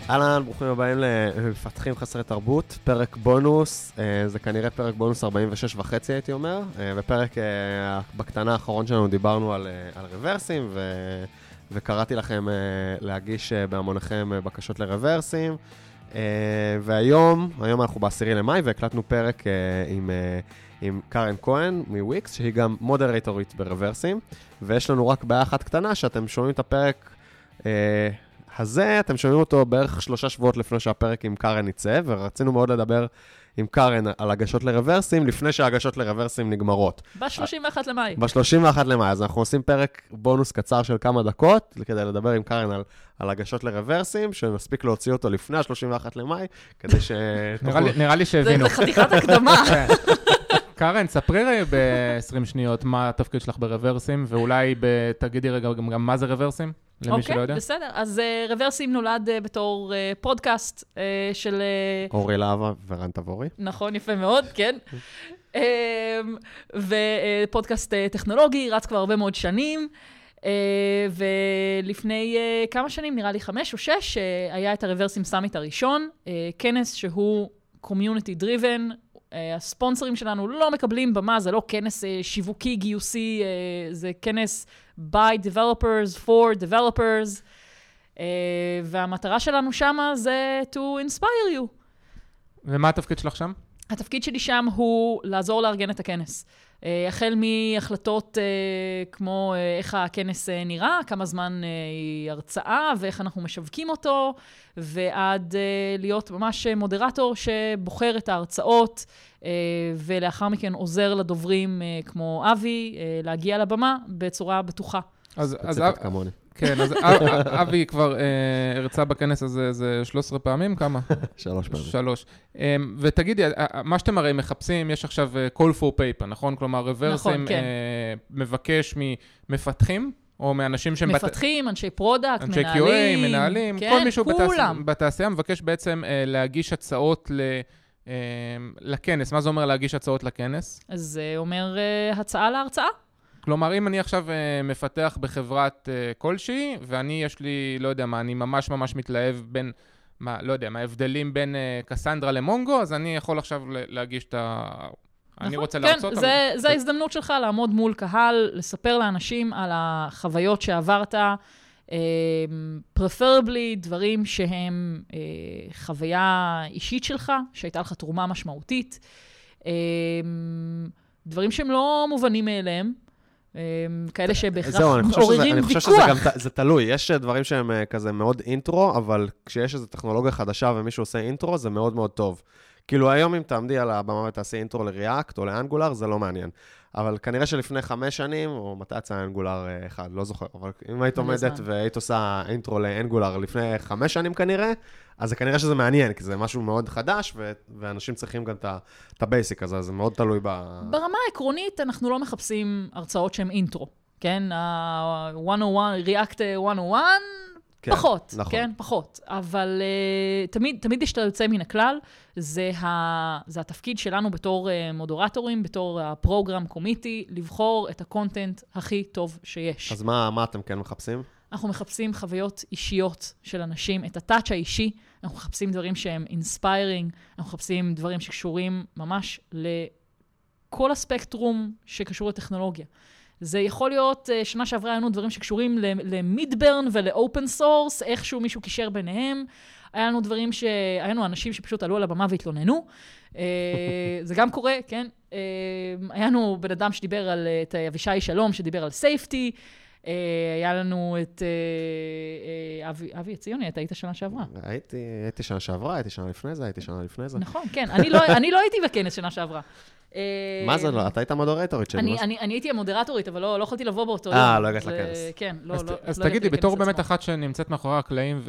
אהלן, ברוכים הבאים למפתחים חסרי תרבות, פרק בונוס, זה כנראה פרק בונוס 46.5 הייתי אומר, בפרק בקטנה האחרון שלנו דיברנו על רוורסים, וקראתי לכם להגיש בהמוניכם בקשות לרוורסים, והיום אנחנו ב10 למאי, והקלטנו פרק עם קארן כהן מוויקס, שהיא גם מודרטורית ברוורסים, ויש לנו רק בעיה אחת קטנה, שאתם שומעים את הפרק הזה, אתם שומעים אותו בערך 3 שבועות לפני שהפרק עם קארן יצא, ורצינו מאוד לדבר עם קארן על הגשות לרוורסים, לפני שההגשות לרוורסים נגמרות. ב-31 למאי. ב-31 למאי, אז אנחנו עושים פרק בונוס קצר של כמה דקות, כדי לדבר עם קארן על הגשות לרוורסים, שנספיק להוציא אותו לפני ה-31 למאי, כדי ש... נראה לי שהבינו. זה חתיכת הקדמה. קארן, ספרי ב-20 שניות מה התפקיד שלך ברוורסים, ואולי תגידי רגע גם מה זה רוורסים, למי שלא יודע. אוקיי, בסדר. אז רוורסים נולד בתור פודקאסט של... אורי להבה ורן תבורי. נכון, יפה מאוד, כן. ופודקאסט טכנולוגי, רץ כבר הרבה מאוד שנים, ולפני כמה שנים, נראה לי 5 או 6, היה את הרוורסים סאמיט הראשון, כנס שהוא community driven, הספונסרים שלנו לא מקבלים במה, זה לא כנס שיווקי, גיוסי, זה כנס by developers, for developers, והמטרה שלנו שמה זה to inspire you. ומה התפקיד שלך שם? התפקיד שלי שם הוא לעזור לארגן את הכנס. החל מהחלטות כמו איך הכנס נראה, כמה זמן היא הרצאה ואיך אנחנו משווקים אותו, ועד להיות ממש מודרטור שבוחר את ההרצאות, ולאחר מכן עוזר לדוברים כמו אבי להגיע לבמה בצורה בטוחה. ספציפית כמוני. כן, אז אבי כבר הרצה בכנס הזה, זה 13 פעמים, כמה? 3 פעמים. 3. ותגידי, מה שאתם הרי מחפשים, יש עכשיו call for paper, נכון? כלומר, רוורסים מבקש ממפתחים, או מאנשים שהם... מפתחים, אנשי פרודקט, אנשי מנהלים. QA, מנהלים, כל מישהו בתעשייה מבקש בעצם להגיש הצעות לכנס. מה זה אומר להגיש הצעות לכנס? אז זה אומר הצעה להרצאה. כלומר, אם אני עכשיו מפתח בחברת כלשהי, ואני יש לי, לא יודע מה, אני ממש מתלהב בין, לא יודע, מה ההבדלים בין קסנדרה למונגו, אז אני יכול עכשיו להגיש את אני רוצה להרצות. כן, זה ההזדמנות שלך לעמוד מול קהל, לספר לאנשים על החוויות שעברת, preferably דברים שהם חוויה אישית שלך, שהייתה לך תרומה משמעותית, דברים שהם לא מובנים מאליהם, כאלה שבהכרח מעוררים אני חושב שזה תלוי, יש דברים שהם כזה מאוד אינטרו, אבל כשיש איזו טכנולוגיה חדשה ומישהו עושה אינטרו, זה מאוד מאוד טוב. כאילו היום אם תעמדי על הבמה ותעשי אינטרו לריאקט או לאנגולר, זה לא מעניין. אבל כנראה שלפני 5 שנים, או מתי יצא אנגולר 1, לא זוכר, אבל אם היית עומדת והיית עושה אינטרו לאנגולר לפני 5 שנים כנראה, אז זה כנראה שזה מעניין, כי זה משהו מאוד חדש, ואנשים צריכים גם את הבייסיק הזה, זה מאוד תלוי ברמה העקרונית, אנחנו לא מחפשים הרצאות שהן אינטרו, כן? ה-101, React 101, כן, פחות, נכון. כן, פחות. אבל תמיד יש את היוצא מן הכלל, זה התפקיד שלנו בתור מודרטורים, בתור הפרוגרם קומיטי, לבחור את הקונטנט הכי טוב שיש. אז מה אתם כן מחפשים? אנחנו מחפשים חוויות אישיות של אנשים, את הטאץ' האישי, אנחנו מחפשים דברים שהם אינספיירינג, אנחנו מחפשים דברים שקשורים ממש לכל הספקטרום שקשור לטכנולוגיה. זה יכול להיות, שנה שעברה היינו דברים שקשורים למידברן ולאופן סורס, איכשהו מישהו קישר ביניהם. היה לנו דברים היינו אנשים שפשוט עלו על הבמה והתלוננו. זה גם קורה, כן? היה לנו בן אדם שדיבר על, את אבישי שלום, שדיבר על סייפטי. היה לנו את אבי ציוני, אתה היית שנה שעברה. הייתי שנה שעברה, הייתי שנה לפני זה, הייתי שנה לפני זה. נכון, כן. אני לא הייתי בכנס שנה שעברה. מה זה לא? אתה היית המודרטורית שלי. אני הייתי המודרטורית, אבל לא יכולתי לבוא באותו יום. לא הגעת לכנס. כן, לא הגעתי לכנס עצמו. אז תגידי, בתור באמת אחת שנמצאת מאחורי הקלעים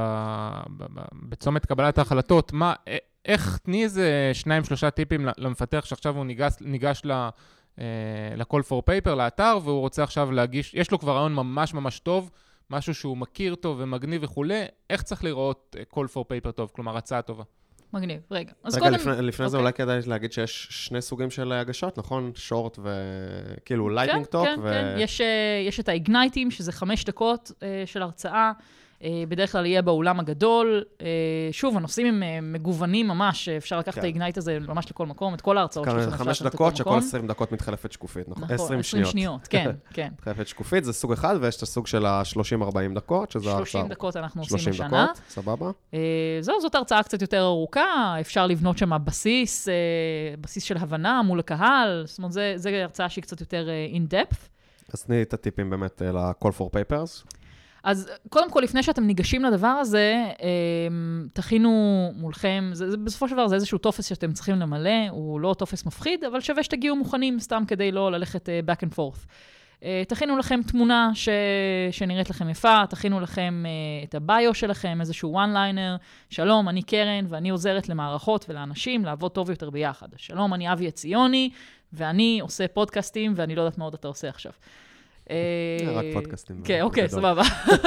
ובצומת קבלת ההחלטות, איך תני איזה 2-3 טיפים למפתח שעכשיו הוא ניגש ל-call for paper, לאתר, והוא רוצה עכשיו להגיש, יש לו כבר רעיון ממש טוב, משהו שהוא מכיר טוב ומגניב וכו', איך צריך לראות call for paper טוב, כלומר הצעה טובה? מגניב, רגע. רגע, לפני זה אולי כדאי להגיד שיש 2 סוגים של הגשות, נכון? שורט וכאילו לייטנינג טוק. כן, יש את האיגנייטים, שזה 5 דקות של הרצאה, בדרך כלל יהיה באולם הגדול. שוב, הנושאים הם מגוונים ממש, אפשר לקחת את האיגנייט הזה ממש לכל מקום, את כל ההרצאות שלכם. 5 דקות, שכל 20 דקות מתחלפת שקופית, נכון? 20 שניות. כן, כן. מתחלפת שקופית, זה סוג אחד, ויש את הסוג של ה-30-40 דקות, שזה 30 דקות אנחנו עושים 30 בשנה. דקות, סבבה. זהו, זאת הרצאה קצת יותר ארוכה, אפשר לבנות שם בסיס של הבנה מול הקהל, זאת אומרת, זו הרצאה שהיא קצת יותר in-depth. אז תני את הטיפים באמת ל-call for papers. אז קודם כל, לפני שאתם ניגשים לדבר הזה, תכינו מולכם, בסופו של דבר זה איזשהו טופס שאתם צריכים למלא, הוא לא טופס מפחיד, אבל שווה שתגיעו מוכנים, סתם כדי לא ללכת back and forth. תכינו לכם תמונה שנראית לכם יפה, תכינו לכם את הביו שלכם, איזשהו one-liner, שלום, אני קרן, ואני עוזרת למערכות ולאנשים לעבוד טוב יותר ביחד. שלום, אני אבי הציוני, ואני עושה פודקאסטים, ואני לא יודעת מה עוד אתה עושה עכשיו. רק פודקאסטים. כן, אוקיי, סבבה.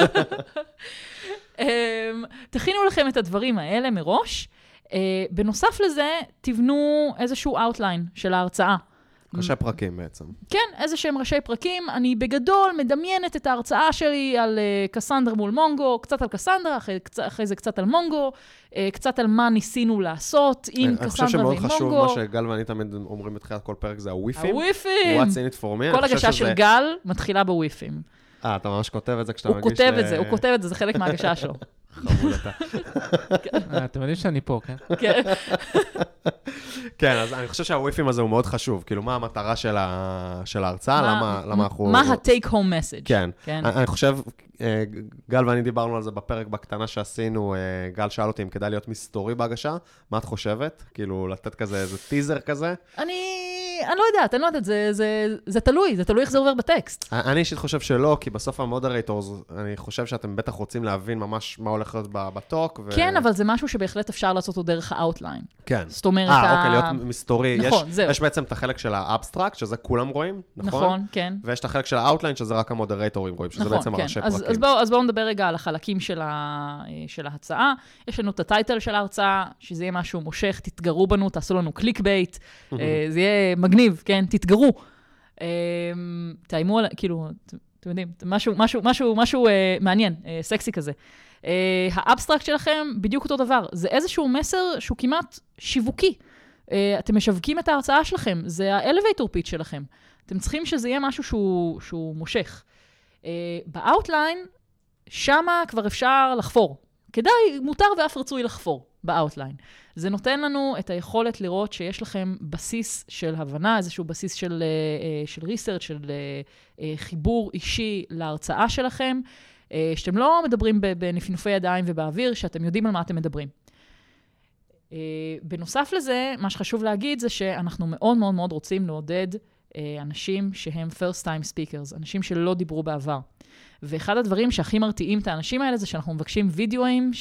תכינו לכם את הדברים האלה מראש. בנוסף לזה, תבנו איזשהו outline של ההרצאה. ראשי פרקים בעצם. כן, איזה שהם ראשי פרקים. אני בגדול מדמיינת את ההרצאה שלי על קסנדרה מול מונגו, קצת על קסנדרה, אחרי זה קצת על מונגו, קצת על מה ניסינו לעשות עם קסנדרה ועם מונגו. אני חושב שמאוד חשוב, מה שגל ואני תמיד אומרים בתחילת כל פרק, זה הוויפים. הוויפים! What's in it for me. כל הגשה של גל מתחילה בוויפים. אתה ממש כותב את זה כשאתה מגיש... הוא כותב את זה, זה חלק מההגשה שלו. חמוד אתה. אתם יודעים שאני פה, כן? כן. כן, אז אני חושב שהוויפים הזה הוא מאוד חשוב. כאילו, מה המטרה של ההרצאה? למה אנחנו... מה ה-take home message? כן. אני חושב, גל ואני דיברנו על זה בפרק בקטנה שעשינו, גל שאל אותי אם כדאי להיות מסתורי בהגשה. מה את חושבת? כאילו, לתת כזה, איזה טיזר כזה? אני לא יודעת, זה תלוי איך זה עובר בטקסט. אני אישית חושב שלא, כי בסוף המודרייטורס, אני חושב שאתם בטח רוצים להבין ממש מה הולך להיות בטוק. כן, אבל זה משהו שבהחלט אפשר לעשות אותו דרך האוטליין. כן. זאת אומרת... אוקיי, להיות מסתורי. נכון, זהו. יש בעצם את החלק של האבסטרקט, שזה כולם רואים, נכון? נכון, כן. ויש את החלק של האוטליין, שזה רק המודרייטורים רואים, שזה בעצם הראשי פרקים. אז בואו נדבר רגע על החלקים של ההצעה. יש לנו את הטייטל של ההרצאה, שזה יהיה משהו מושך, תתגרו בנו, תעשו לנו קליק בייט, זה יהיה מגניב, כן? תתגרו. תאיימו על, כאילו, אתם יודעים, משהו מעניין, סקסי כזה. האבסטרקט שלכם, בדיוק אותו דבר. זה איזשהו מסר שהוא כמעט שיווקי. אתם משווקים את ההרצאה שלכם, זה האלווייטור פיץ' שלכם. אתם צריכים שזה יהיה משהו שהוא מושך. באוטליין, שמה כבר אפשר לחפור. מותר ואף רצוי לחפור באוטליין. זה נותן לנו את היכולת לראות שיש לכם בסיס של הבנה, איזשהו בסיס של ריסרצ', של חיבור אישי להרצאה שלכם, שאתם לא מדברים בנפנופי ידיים ובאוויר, שאתם יודעים על מה אתם מדברים. בנוסף לזה, מה שחשוב להגיד זה שאנחנו מאוד מאוד מאוד רוצים לעודד אנשים שהם first time speakers, אנשים שלא דיברו בעבר. ואחד הדברים שהכי מרתיעים את האנשים האלה זה שאנחנו מבקשים וידאוים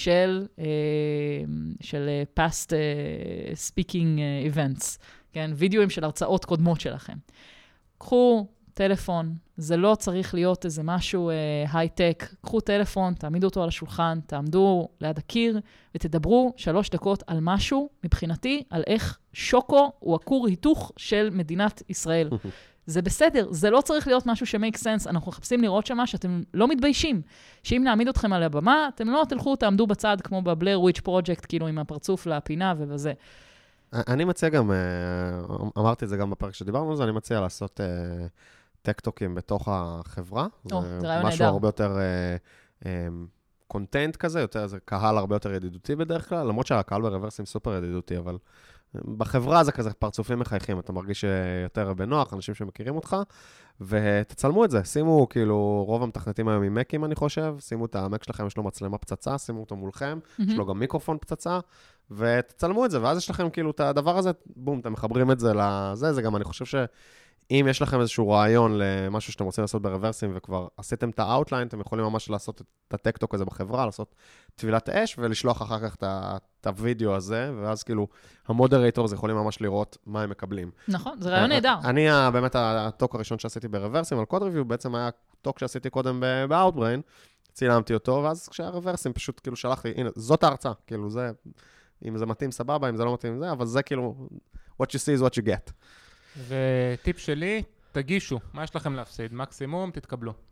של past speaking events, כן? וידאוים של הרצאות קודמות שלכם. קחו טלפון, זה לא צריך להיות איזה משהו היי-טק, קחו טלפון, תעמידו אותו על השולחן, תעמדו ליד הקיר, ותדברו 3 דקות על משהו, מבחינתי, על איך שוקו הוא הכור היתוך של מדינת ישראל. זה בסדר, זה לא צריך להיות משהו שמייק סנס, אנחנו מחפשים לראות שמה שאתם לא מתביישים, שאם נעמיד אתכם על הבמה, אתם לא תלכו, תעמדו בצד כמו בבלר וויץ' פרוג'קט, כאילו עם הפרצוף לפינה ובזה. אני מציע גם, אמרתי את זה גם בפרק שדיברנו על זה, אני מציע לעשות טק-טוקים בתוך החברה. זה רעיון נהדר. משהו הרבה יותר קונטנט כזה, זה קהל הרבה יותר ידידותי בדרך כלל, למרות שהקהל ברוורסים סופר ידידותי, אבל בחברה זה כזה פרצופים מחייכים, אתה מרגיש יותר בנוח, אנשים שמכירים אותך, ותצלמו את זה, שימו כאילו, רוב המתכנתים היום עם מקים אני חושב, שימו את המק שלכם, יש לו מצלמה פצצה, שימו אותו מולכם, יש לו גם מיקרופון פצצה, ותצלמו את זה, ואז יש לכם כאילו את הדבר הזה, בום, אתם מחברים את זה לזה, זה גם אני חושב שאם יש לכם איזשהו רעיון למשהו שאתם רוצים לעשות ברוורסים, וכבר עשיתם את האוטליין, אתם יכולים ממש לעשות את הטק-טוק הזה בחברה, לעשות טבילת אש, ולשלוח אחר כך את הווידאו הזה, ואז כאילו המודרייטורס יכולים ממש לראות מה הם מקבלים. נכון, זה רעיון נהדר. אני, באמת הטוק הראשון שעשיתי ברוורסים על קוד ריוויו, בעצם היה טוק שעשיתי קודם באוטבריין, צילמתי אותו, ואז כשהרוורסים פשוט כאילו שלחתי, הנה, זאת ההרצאה, כאילו זה, אם זה מתאים סבבה, אם זה לא מתאים זה, אבל זה כאילו, what you see is what you get. וטיפ שלי, תגישו, מה יש לכם להפסיד? מקסימום, תתקבלו.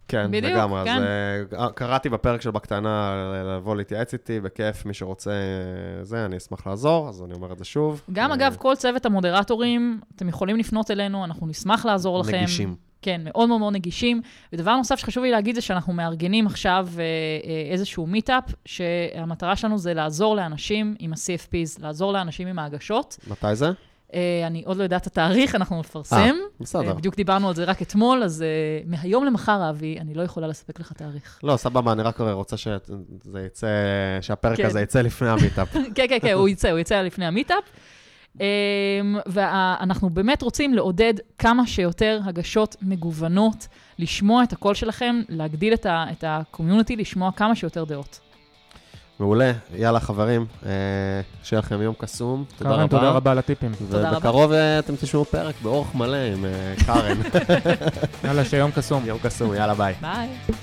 כן, בדיוק, לגמרי. כן. אז קראתי בפרק של בקטנה לבוא להתייעץ איתי, בכיף, מי שרוצה זה, אני אשמח לעזור, אז אני אומר את זה שוב. גם אגב, כל צוות המודרטורים, אתם יכולים לפנות אלינו, אנחנו נשמח לעזור לכם. נגישים. כן, מאוד מאוד מאוד נגישים. ודבר נוסף שחשוב לי להגיד זה שאנחנו מארגנים עכשיו איזשהו מיטאפ, שהמטרה שלנו זה לעזור לאנשים עם ה-CFPs, לעזור לאנשים עם ההגשות. מתי זה? אני עוד לא יודעת את התאריך, אנחנו נפרסם. בסדר. בדיוק דיברנו על זה רק אתמול, אז מהיום למחר, אבי, אני לא יכולה לספק לך תאריך. לא, סבבה, אני רק רוצה שזה יצא, שהפרק הזה יצא לפני המיטאפ. כן, כן, כן, הוא יצא לפני המיטאפ. ואנחנו באמת רוצים לעודד כמה שיותר הגשות מגוונות, לשמוע את הקול שלכם, להגדיל את הקומיוניטי, לשמוע כמה שיותר דעות. מעולה, יאללה חברים, שיהיה לכם יום קסום, תודה קרן, רבה. תודה רבה על הטיפים. תודה רבה. ובקרוב אתם תשמעו פרק באורך מלא עם קרן. יאללה, שיום קסום. יום קסום, יאללה ביי. ביי.